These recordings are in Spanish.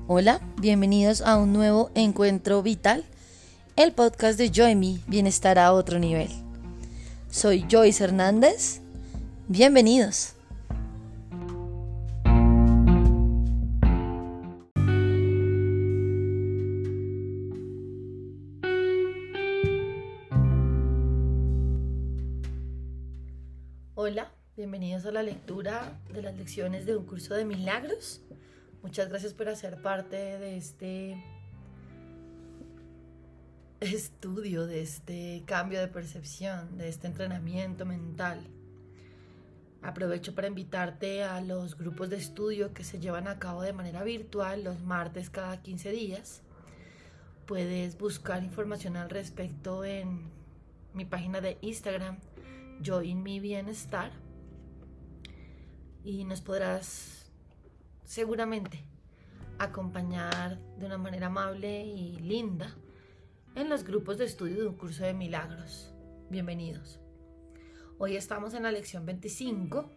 Hola, bienvenidos a un nuevo Encuentro Vital, el podcast de Joy Bienestar a otro nivel. Soy Joyce Hernández, bienvenidos. Hola, bienvenidos a la lectura de las lecciones de un curso de milagros. Muchas gracias por hacer parte de este estudio, de este cambio de percepción, de este entrenamiento mental. Aprovecho para invitarte a los grupos de estudio que se llevan a cabo de manera virtual los martes cada 15 días. Puedes buscar información al respecto en mi página de Instagram, Joy in Mi Bienestar, y nos podrás seguramente acompañar de una manera amable y linda en los grupos de estudio de un curso de milagros. Bienvenidos. Hoy estamos en la lección 25.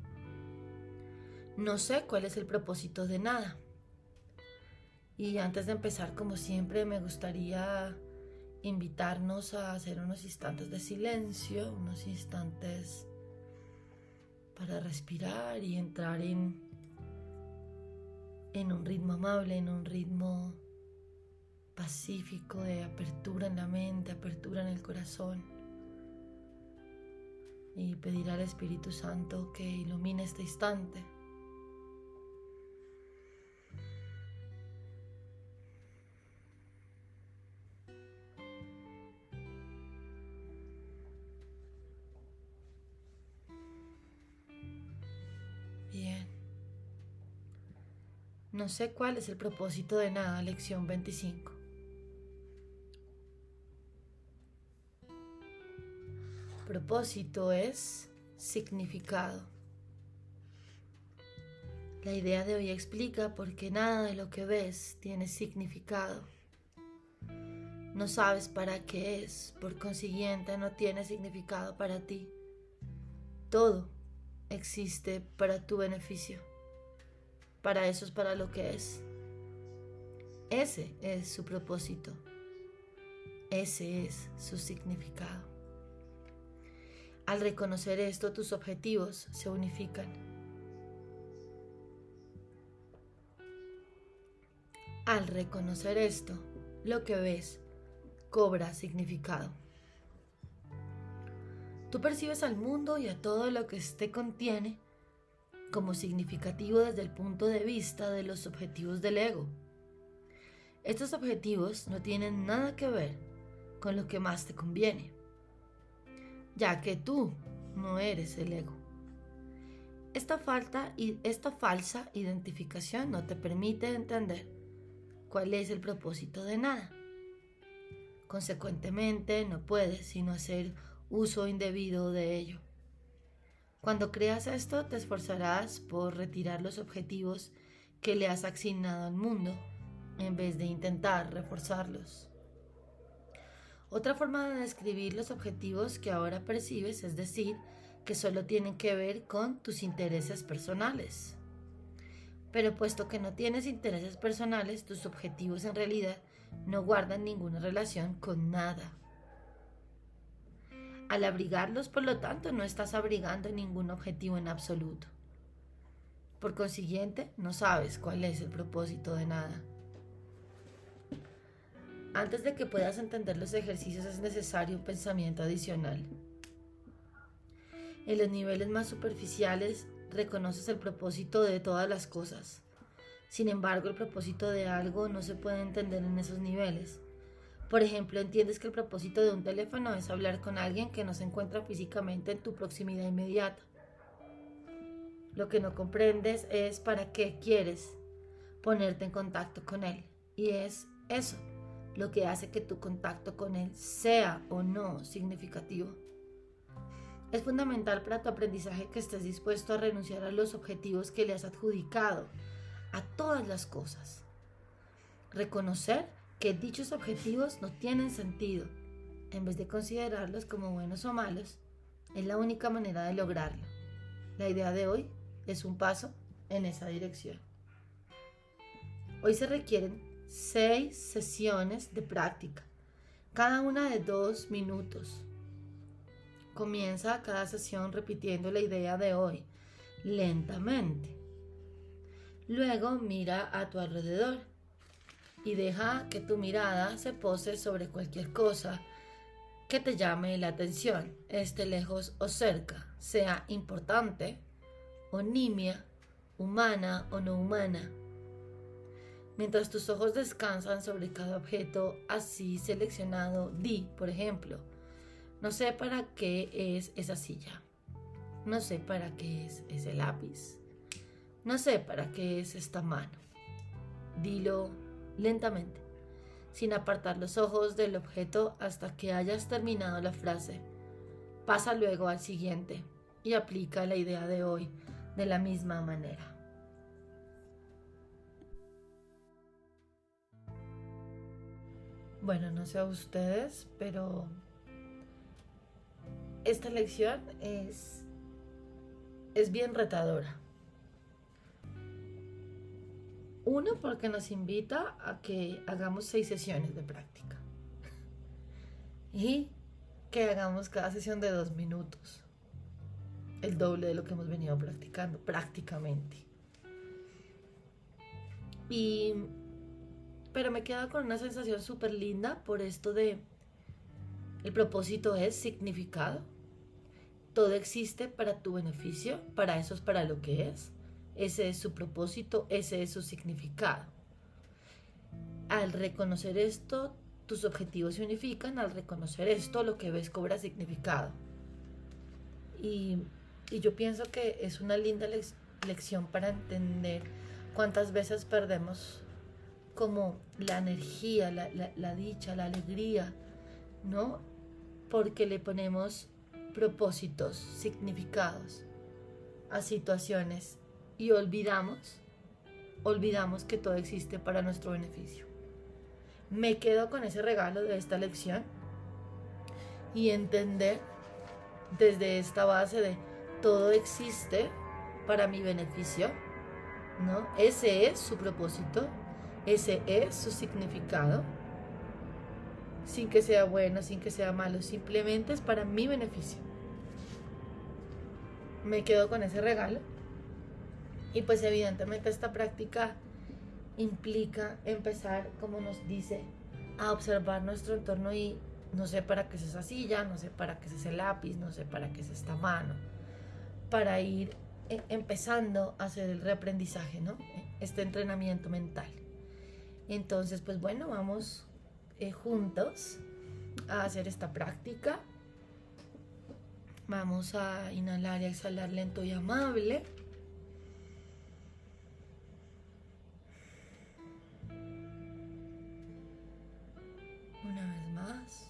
No sé cuál es el propósito de nada. Y antes de empezar, como siempre, me gustaría invitarnos a hacer unos instantes de silencio, unos instantes para respirar y entrar en un ritmo amable, en un ritmo pacífico de apertura en la mente, apertura en el corazón, y pedir al Espíritu Santo que ilumine este instante. Bien. No sé cuál es el propósito de nada, lección 25. Propósito es significado. La idea de hoy explica por qué nada de lo que ves tiene significado. No sabes para qué es, por consiguiente no tiene significado para ti. Todo existe para tu beneficio. Para eso es para lo que es. Ese es su propósito. Ese es su significado. Al reconocer esto, tus objetivos se unifican. Al reconocer esto, lo que ves cobra significado. Tú percibes al mundo y a todo lo que éste contiene como significativo desde el punto de vista de los objetivos del ego. Estos objetivos no tienen nada que ver con lo que más te conviene, ya que tú no eres el ego. Esta falsa identificación no te permite entender cuál es el propósito de nada. Consecuentemente, no puedes sino hacer uso indebido de ello. Cuando creas esto, te esforzarás por retirar los objetivos que le has asignado al mundo en vez de intentar reforzarlos. Otra forma de describir los objetivos que ahora percibes es decir que solo tienen que ver con tus intereses personales. Pero puesto que no tienes intereses personales, tus objetivos en realidad no guardan ninguna relación con nada. Al abrigarlos, por lo tanto, no estás abrigando ningún objetivo en absoluto. Por consiguiente, no sabes cuál es el propósito de nada. Antes de que puedas entender los ejercicios es necesario un pensamiento adicional. En los niveles más superficiales reconoces el propósito de todas las cosas. Sin embargo, el propósito de algo no se puede entender en esos niveles. Por ejemplo, entiendes que el propósito de un teléfono es hablar con alguien que no se encuentra físicamente en tu proximidad inmediata. Lo que no comprendes es para qué quieres ponerte en contacto con él. Y es eso lo que hace que tu contacto con él sea o no significativo. Es fundamental para tu aprendizaje que estés dispuesto a renunciar a los objetivos que le has adjudicado a todas las cosas. Reconocer que dichos objetivos no tienen sentido, en vez de considerarlos como buenos o malos, es la única manera de lograrlo. La idea de hoy es un paso en esa dirección. Hoy se requieren 6 sesiones de práctica, cada una de 2 minutos. Comienza cada sesión repitiendo la idea de hoy, lentamente. Luego mira a tu alrededor y deja que tu mirada se pose sobre cualquier cosa que te llame la atención, esté lejos o cerca, sea importante o nimia, humana o no humana. Mientras tus ojos descansan sobre cada objeto así seleccionado, di, por ejemplo, no sé para qué es esa silla, no sé para qué es ese lápiz, no sé para qué es esta mano. Dilo lentamente, sin apartar los ojos del objeto hasta que hayas terminado la frase. Pasa luego al siguiente y aplica la idea de hoy de la misma manera. Bueno, no sé a ustedes, pero esta lección es bien retadora. Uno, porque nos invita a que hagamos 6 sesiones de práctica y que hagamos cada sesión de 2 minutos, el doble de lo que hemos venido practicando prácticamente. Pero me quedo con una sensación súper linda por esto de el propósito es significado. Todo existe para tu beneficio, para eso es para lo que es. Ese es su propósito, ese es su significado. Al reconocer esto, tus objetivos se unifican. Al reconocer esto, lo que ves cobra significado. Y yo pienso que es una linda lección para entender cuántas veces perdemos como la energía, la dicha, la alegría, ¿no? Porque le ponemos propósitos, significados a situaciones y olvidamos que todo existe para nuestro beneficio. Me quedo con ese regalo de esta lección y entender desde esta base de todo existe para mi beneficio, ¿no? Ese es su propósito, ese es su significado, sin que sea bueno, sin que sea malo, simplemente es para mi beneficio. Me quedo con ese regalo. Y pues evidentemente esta práctica implica empezar, como nos dice, a observar nuestro entorno y no sé para qué es esa silla, no sé para qué es ese lápiz, no sé para qué es esta mano, para ir empezando a hacer el reaprendizaje, ¿no? Este entrenamiento mental. Entonces, pues bueno, vamos juntos a hacer esta práctica. Vamos a inhalar y exhalar lento y amable. Una vez más.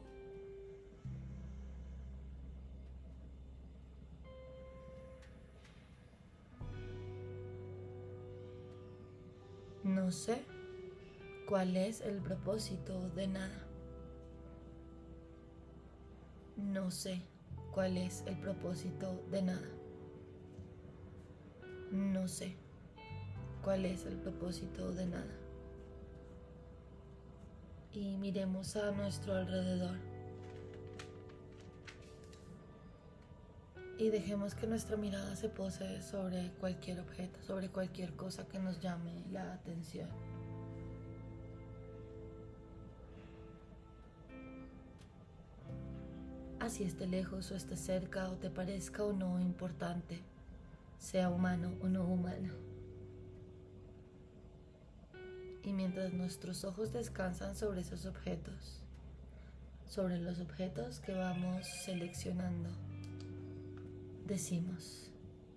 No sé cuál es el propósito de nada. No sé cuál es el propósito de nada. No sé cuál es el propósito de nada. Y miremos a nuestro alrededor. Y dejemos que nuestra mirada se pose sobre cualquier objeto, sobre cualquier cosa que nos llame la atención. Así esté lejos o esté cerca o te parezca o no importante, sea humano o no humano. Y mientras nuestros ojos descansan sobre esos objetos, sobre los objetos que vamos seleccionando, decimos,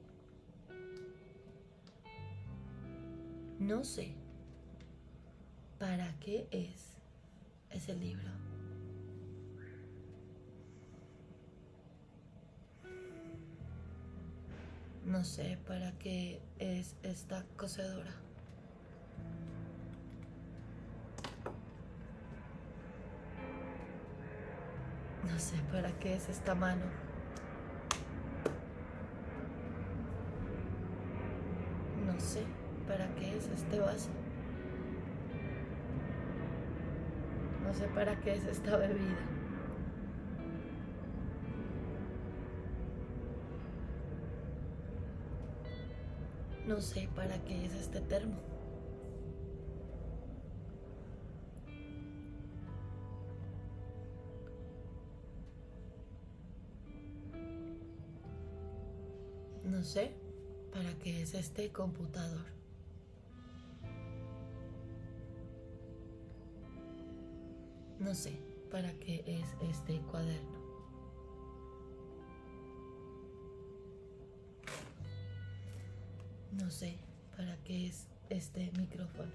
no sé para qué es ese libro. No sé para qué es esta cocedora. No sé para qué es esta mano. No sé para qué es este vaso. No sé para qué es esta bebida. No sé para qué es este termo. No sé para qué es este computador. No sé para qué es este cuaderno. No sé para qué es este micrófono.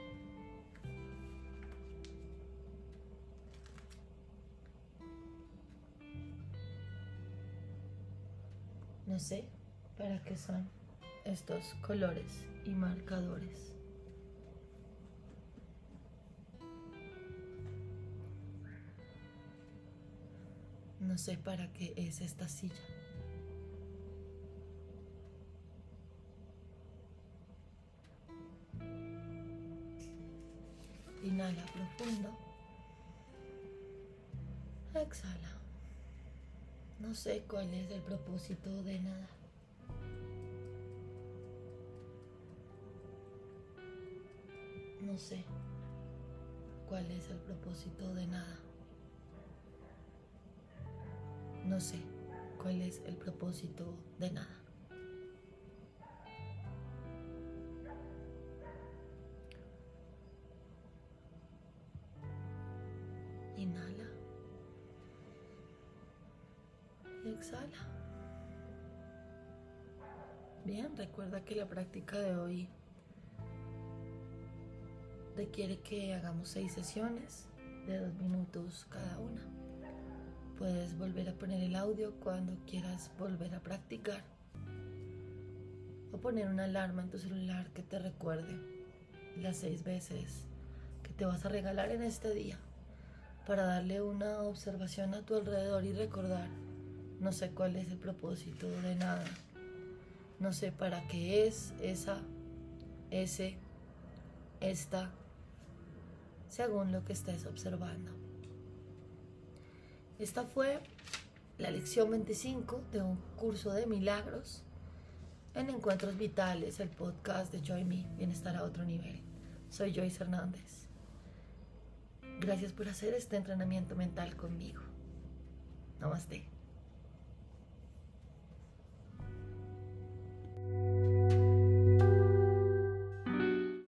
No sé para qué son estos colores y marcadores. No sé para qué es esta silla. Inhala profundo. Exhala. No sé cuál es el propósito de nada. No sé cuál es el propósito de nada. No sé cuál es el propósito de nada. Inhala y exhala. Bien, recuerda que la práctica de hoy requiere que hagamos 6 sesiones de 2 minutos cada una. Puedes volver a poner el audio cuando quieras volver a practicar o poner una alarma en tu celular que te recuerde las 6 veces que te vas a regalar en este día para darle una observación a tu alrededor y recordar: no sé cuál es el propósito de nada. No sé para qué es esa, ese, esta, según lo que estés observando. Esta fue la lección 25 de un curso de milagros en Encuentros Vitales, el podcast de Joy Me, Bienestar a Otro Nivel. Soy Joyce Hernández. Gracias por hacer este entrenamiento mental conmigo. Namaste.